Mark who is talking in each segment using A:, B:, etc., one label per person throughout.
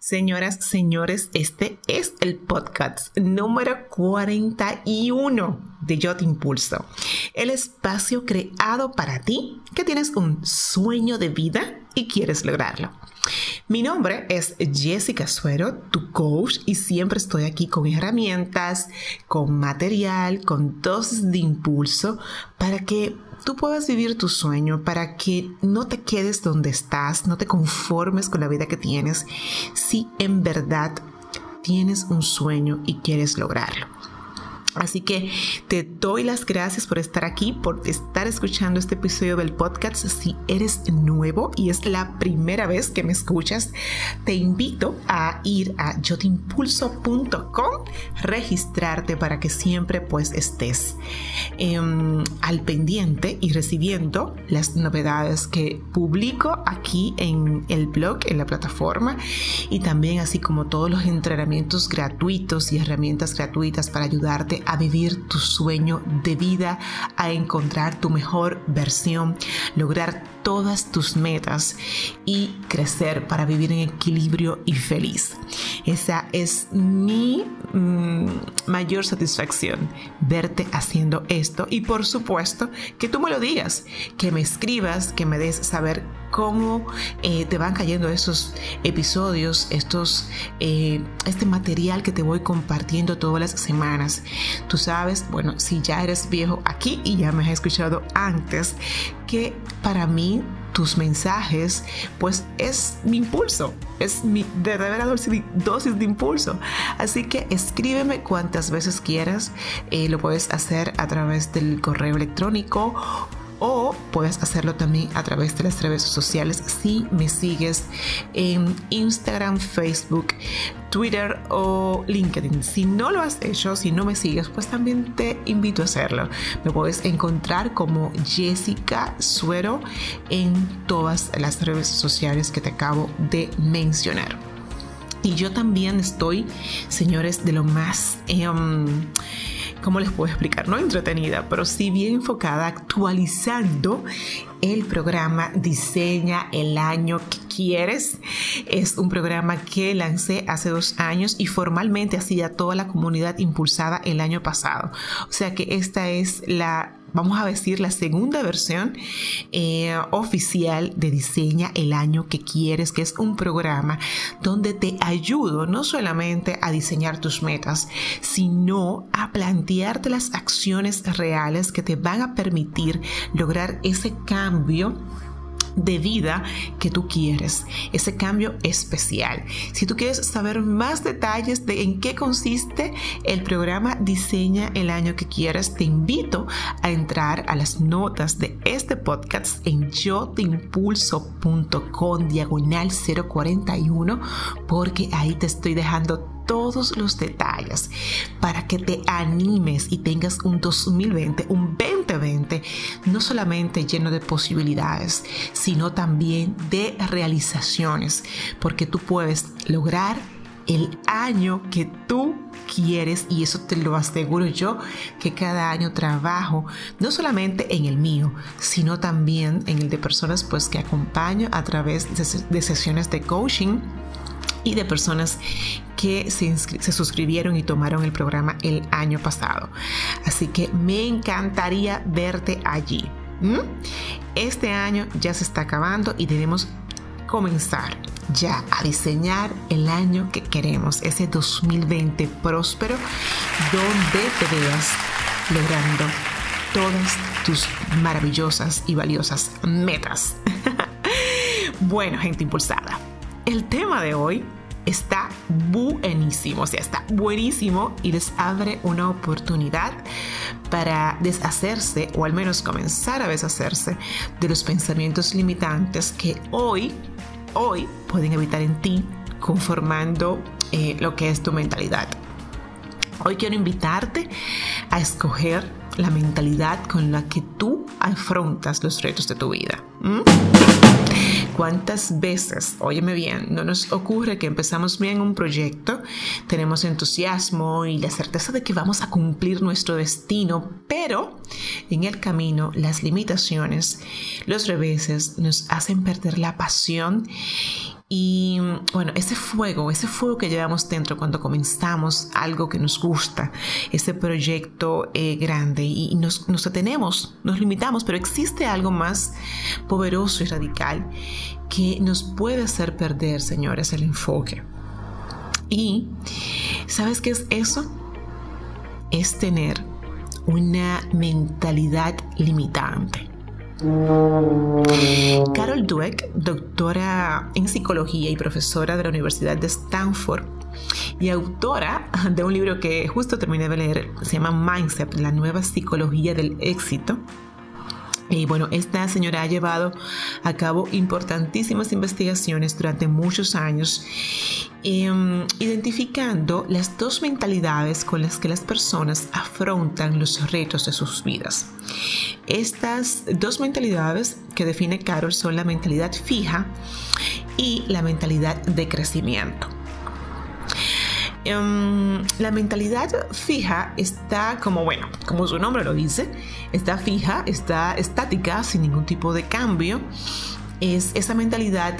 A: Señoras, señores, este es el podcast número 41 de Yo Te Impulso, el espacio creado para ti que tienes un sueño de vida y quieres lograrlo. Mi nombre es Jessica Suero, tu coach, y siempre estoy aquí con herramientas, con material, con dosis de impulso para que tú puedas vivir tu sueño, para que no te quedes donde estás, no te conformes con la vida que tienes, si en verdad tienes un sueño y quieres lograrlo. Así que te doy las gracias por estar aquí, por estar escuchando este episodio del podcast. Si eres nuevo y es la primera vez que me escuchas, te invito a ir a yoteimpulso.com, registrarte para que siempre pues estés al pendiente y recibiendo las novedades que publico aquí en el blog, en la plataforma, y también así como todos los entrenamientos gratuitos y herramientas gratuitas para ayudarte a vivir tu sueño de vida, a encontrar tu mejor versión, lograr todas tus metas y crecer para vivir en equilibrio y feliz. Esa es mi mayor satisfacción, verte haciendo esto, y por supuesto que tú me lo digas, que me escribas, que me des saber cómo te van cayendo esos episodios, este material que te voy compartiendo todas las semanas. Tú sabes, bueno, si ya eres viejo aquí y ya me has escuchado antes, que para mí tus mensajes pues es mi impulso, es mi verdadera dosis de impulso. Así que escríbeme cuantas veces quieras, lo puedes hacer a través del correo electrónico o puedes hacerlo también a través de las redes sociales si me sigues en Instagram, Facebook, Twitter o LinkedIn. Si no lo has hecho, si no me sigues, pues también te invito a hacerlo. Me puedes encontrar como Jessica Suero en todas las redes sociales que te acabo de mencionar. Y yo también estoy, señores, de lo más... ¿cómo les puedo explicar? No entretenida, pero sí bien enfocada, actualizando el programa Diseña el Año que Quieres. Es un programa que lancé hace 2 años y formalmente hacía toda la comunidad impulsada el año pasado. O sea que esta es vamos a decir, la segunda versión oficial de Diseña el Año que Quieres, que es un programa donde te ayudo no solamente a diseñar tus metas, sino a plantearte las acciones reales que te van a permitir lograr ese cambio de vida que tú quieres, ese cambio especial. Si tú quieres saber más detalles de en qué consiste el programa Diseña el Año que Quieres, te invito a entrar a las notas de este podcast en yoteimpulso.com/041, porque ahí te estoy dejando todos los detalles para que te animes y tengas un 2020 no solamente lleno de posibilidades, sino también de realizaciones, porque tú puedes lograr el año que tú quieres, y eso te lo aseguro yo, que cada año trabajo no solamente en el mío, sino también en el de personas pues que acompaño a través de sesiones de coaching y de personas que se suscribieron y tomaron el programa el año pasado. Así que me encantaría verte allí. Este año ya se está acabando y debemos comenzar ya a diseñar el año que queremos, ese 2020 próspero, donde te veas logrando todas tus maravillosas y valiosas metas. Bueno, gente impulsada, el tema de hoy está buenísimo, está buenísimo, y les abre una oportunidad para deshacerse, o al menos comenzar a deshacerse de los pensamientos limitantes que hoy pueden habitar en ti, conformando lo que es tu mentalidad. Hoy quiero invitarte a escoger la mentalidad con la que tú afrontas los retos de tu vida. ¿Cuántas veces, óyeme bien, no nos ocurre que empezamos bien un proyecto, tenemos entusiasmo y la certeza de que vamos a cumplir nuestro destino, pero en el camino las limitaciones, los reveses nos hacen perder la pasión Y bueno, ese fuego que llevamos dentro cuando comenzamos algo que nos gusta, ese proyecto grande, y nos detenemos, nos limitamos, pero existe algo más poderoso y radical que nos puede hacer perder, señores, el enfoque. Y ¿sabes qué es eso? Es tener una mentalidad limitante. Carol Dweck, doctora en psicología y profesora de la Universidad de Stanford y autora de un libro que justo terminé de leer, se llama Mindset, la nueva psicología del éxito. Y bueno, esta señora ha llevado a cabo importantísimas investigaciones durante muchos años, identificando las dos mentalidades con las que las personas afrontan los retos de sus vidas. Estas dos mentalidades que define Carol son la mentalidad fija y la mentalidad de crecimiento. La mentalidad fija está como su nombre lo dice, está fija, está estática, sin ningún tipo de cambio. Es esa mentalidad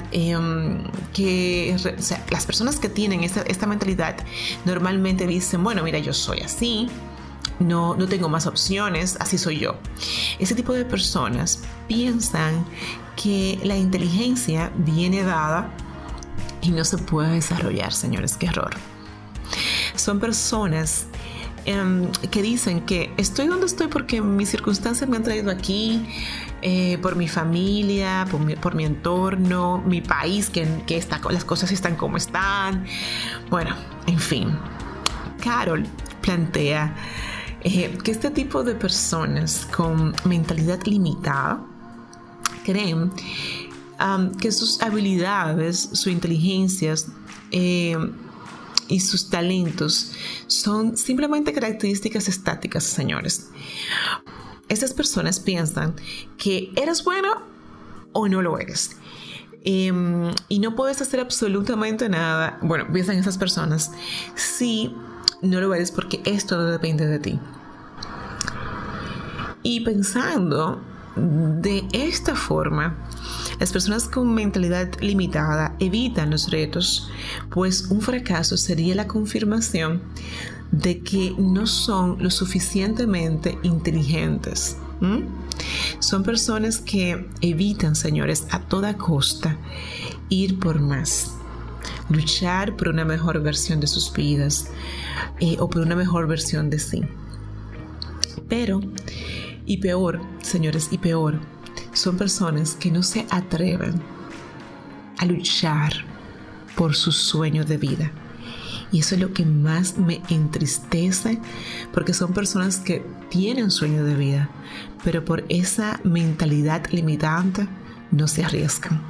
A: las personas que tienen esta mentalidad normalmente dicen, bueno, mira, yo soy así, no tengo más opciones, así soy yo. Ese tipo de personas piensan que la inteligencia viene dada y no se puede desarrollar, señores, qué error. Son personas que dicen que estoy donde estoy porque mis circunstancias me han traído aquí, por mi familia, por mi entorno, mi país, las cosas están como están. Bueno, en fin. Carol plantea que este tipo de personas con mentalidad limitada creen que sus habilidades, sus inteligencias y sus talentos son simplemente características estáticas, señores. Estas personas piensan que eres bueno o no lo eres. Y no puedes hacer absolutamente nada. Bueno, piensan esas personas si no lo eres porque esto no depende de ti. Y pensando de esta forma, las personas con mentalidad limitada evitan los retos, pues un fracaso sería la confirmación de que no son lo suficientemente inteligentes. Son personas que evitan, señores, a toda costa ir por más, luchar por una mejor versión de sus vidas o por una mejor versión de sí. Pero, y peor, señores, y peor, son personas que no se atreven a luchar por su sueño de vida. Y eso es lo que más me entristece, porque son personas que tienen sueño de vida, pero por esa mentalidad limitante no se arriesgan.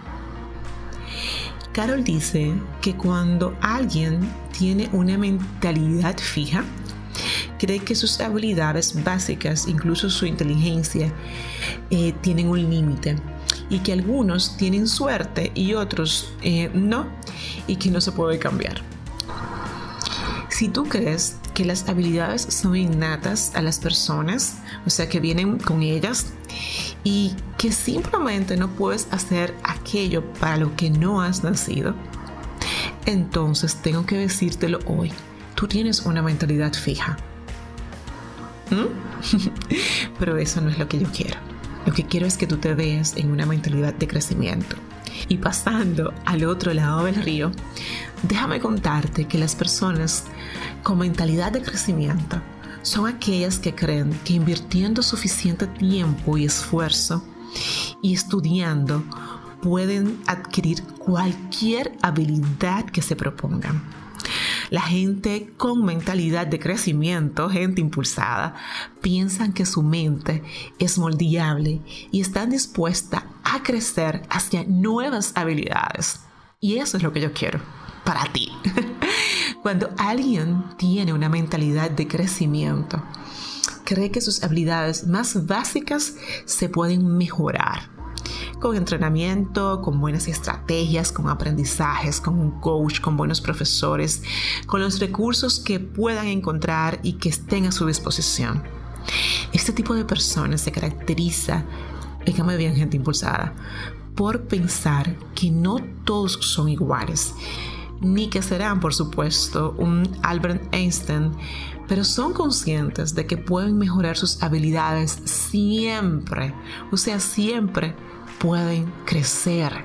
A: Carol dice que cuando alguien tiene una mentalidad fija, cree que sus habilidades básicas, incluso su inteligencia, tienen un límite, y que algunos tienen suerte y otros no, y que no se puede cambiar. Si tú crees que las habilidades son innatas a las personas, o sea, que vienen con ellas, y que simplemente no puedes hacer aquello para lo que no has nacido, entonces tengo que decírtelo hoy: tú tienes una mentalidad fija. Pero eso no es lo que yo quiero. Lo que quiero es que tú te veas en una mentalidad de crecimiento. Y pasando al otro lado del río, déjame contarte que las personas con mentalidad de crecimiento son aquellas que creen que invirtiendo suficiente tiempo y esfuerzo y estudiando pueden adquirir cualquier habilidad que se propongan. La gente con mentalidad de crecimiento, gente impulsada, piensan que su mente es moldeable y están dispuestas a crecer hacia nuevas habilidades. Y eso es lo que yo quiero para ti. Cuando alguien tiene una mentalidad de crecimiento, cree que sus habilidades más básicas se pueden mejorar con entrenamiento, con buenas estrategias, con aprendizajes, con un coach, con buenos profesores, con los recursos que puedan encontrar y que estén a su disposición. Este tipo de personas se caracteriza, dígame bien, gente impulsada, por pensar que no todos son iguales, ni que serán, por supuesto, un Albert Einstein, pero son conscientes de que pueden mejorar sus habilidades siempre. O sea, siempre pueden crecer.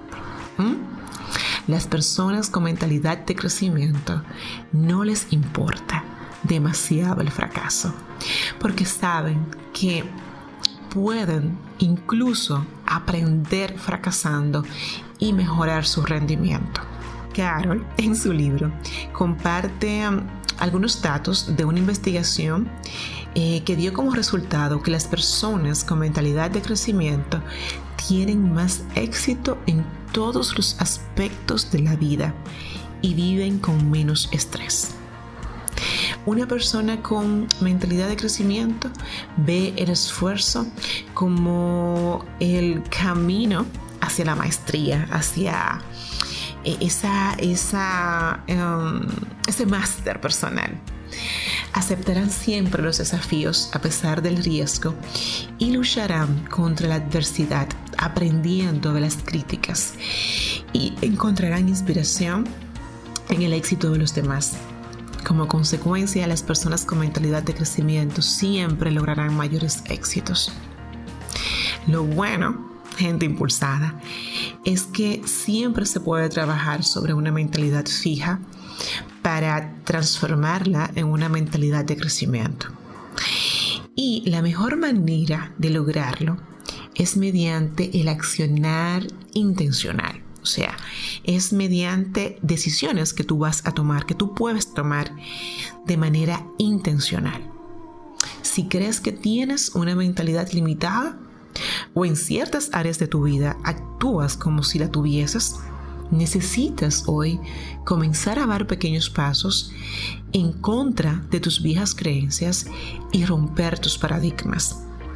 A: Las personas con mentalidad de crecimiento no les importa demasiado el fracaso, porque saben que pueden incluso aprender fracasando y mejorar su rendimiento. Carol, en su libro, comparte algunos datos de una investigación que dio como resultado que las personas con mentalidad de crecimiento tienen más éxito en todos los aspectos de la vida y viven con menos estrés. Una persona con mentalidad de crecimiento ve el esfuerzo como el camino hacia la maestría, hacia ese máster personal. Aceptarán siempre los desafíos a pesar del riesgo y lucharán contra la adversidad, aprendiendo de las críticas, y encontrarán inspiración en el éxito de los demás. Como consecuencia, las personas con mentalidad de crecimiento siempre lograrán mayores éxitos. Lo bueno, gente impulsada, es que siempre se puede trabajar sobre una mentalidad fija para transformarla en una mentalidad de crecimiento. Y la mejor manera de lograrlo es mediante el accionar intencional. O sea, es mediante decisiones que tú vas a tomar, que tú puedes tomar de manera intencional. Si crees que tienes una mentalidad limitada o en ciertas áreas de tu vida actúas como si la tuvieses, necesitas hoy comenzar a dar pequeños pasos en contra de tus viejas creencias y romper tus paradigmas.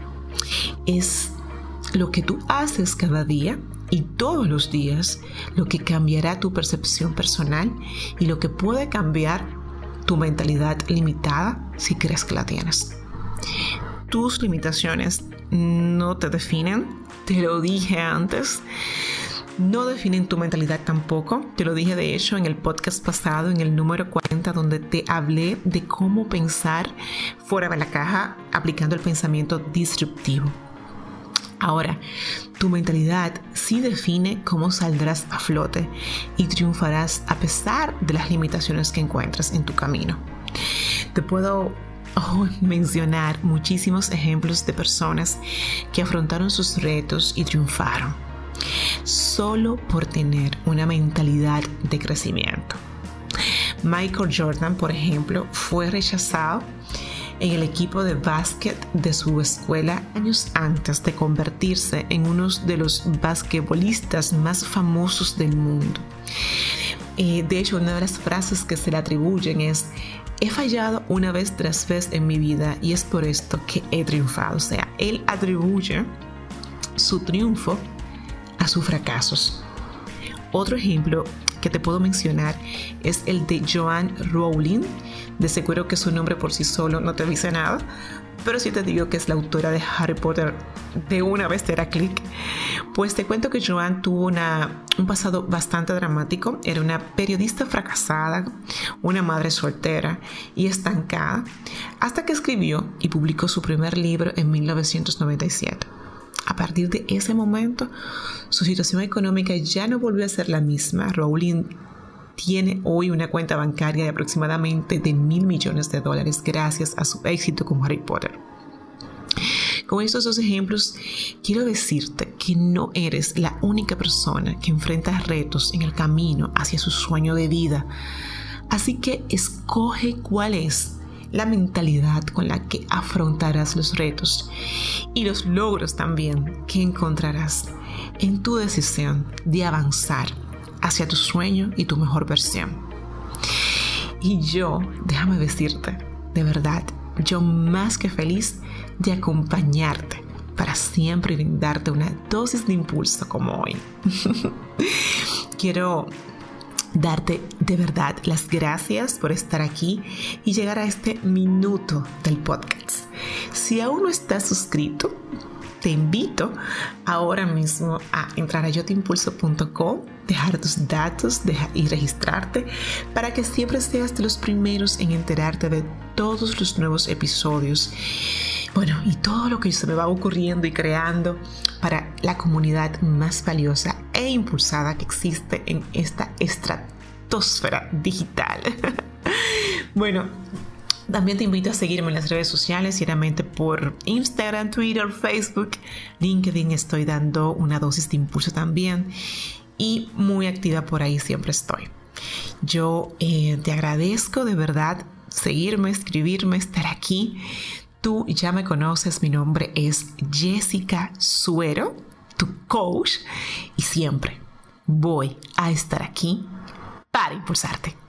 A: Es lo que tú haces cada día y todos los días lo que cambiará tu percepción personal y lo que puede cambiar tu mentalidad limitada si crees que la tienes. Tus limitaciones no te definen, te lo dije antes. No definen tu mentalidad tampoco. Te lo dije de hecho en el podcast pasado, en el número 40, donde te hablé de cómo pensar fuera de la caja aplicando el pensamiento disruptivo. Ahora, tu mentalidad sí define cómo saldrás a flote y triunfarás a pesar de las limitaciones que encuentres en tu camino. Te puedo mencionar muchísimos ejemplos de personas que afrontaron sus retos y triunfaron solo por tener una mentalidad de crecimiento. Michael Jordan, por ejemplo, fue rechazado en el equipo de básquet de su escuela años antes de convertirse en uno de los basquetbolistas más famosos del mundo. De hecho, una de las frases que se le atribuyen es: he fallado una vez tras vez en mi vida y es por esto que he triunfado. O sea, él atribuye su triunfo a sus fracasos. Otro ejemplo que te puedo mencionar es el de Joanne Rowling. De seguro que su nombre por sí solo no te dice nada, pero si te digo que es la autora de Harry Potter, de una vez te da clic. Pues te cuento que Joanne tuvo un pasado bastante dramático. Era una periodista fracasada, una madre soltera y estancada, hasta que escribió y publicó su primer libro en 1997. A partir de ese momento, su situación económica ya no volvió a ser la misma. Rowling tiene hoy una cuenta bancaria de aproximadamente de $1,000 millones gracias a su éxito con Harry Potter. Con estos dos ejemplos, quiero decirte que no eres la única persona que enfrenta retos en el camino hacia su sueño de vida. Así que escoge cuál es la mentalidad con la que afrontarás los retos y los logros también que encontrarás en tu decisión de avanzar hacia tu sueño y tu mejor versión. Y yo, déjame decirte, de verdad, yo más que feliz de acompañarte para siempre brindarte una dosis de impulso como hoy. Quiero darte de verdad las gracias por estar aquí y llegar a este minuto del podcast. Si aún no estás suscrito, te invito ahora mismo a entrar a yotimpulso.com, dejar tus datos y registrarte para que siempre seas de los primeros en enterarte de todos los nuevos episodios. Bueno, y todo lo que se me va ocurriendo y creando para la comunidad más valiosa e impulsada que existe en esta estratosfera digital. Bueno, también te invito a seguirme en las redes sociales, diariamente por Instagram, Twitter, Facebook, LinkedIn. Estoy dando una dosis de impulso también y muy activa por ahí siempre estoy. Yo te agradezco de verdad seguirme, escribirme, estar aquí. Tú ya me conoces, mi nombre es Jessica Suero, tu coach, y siempre voy a estar aquí para impulsarte.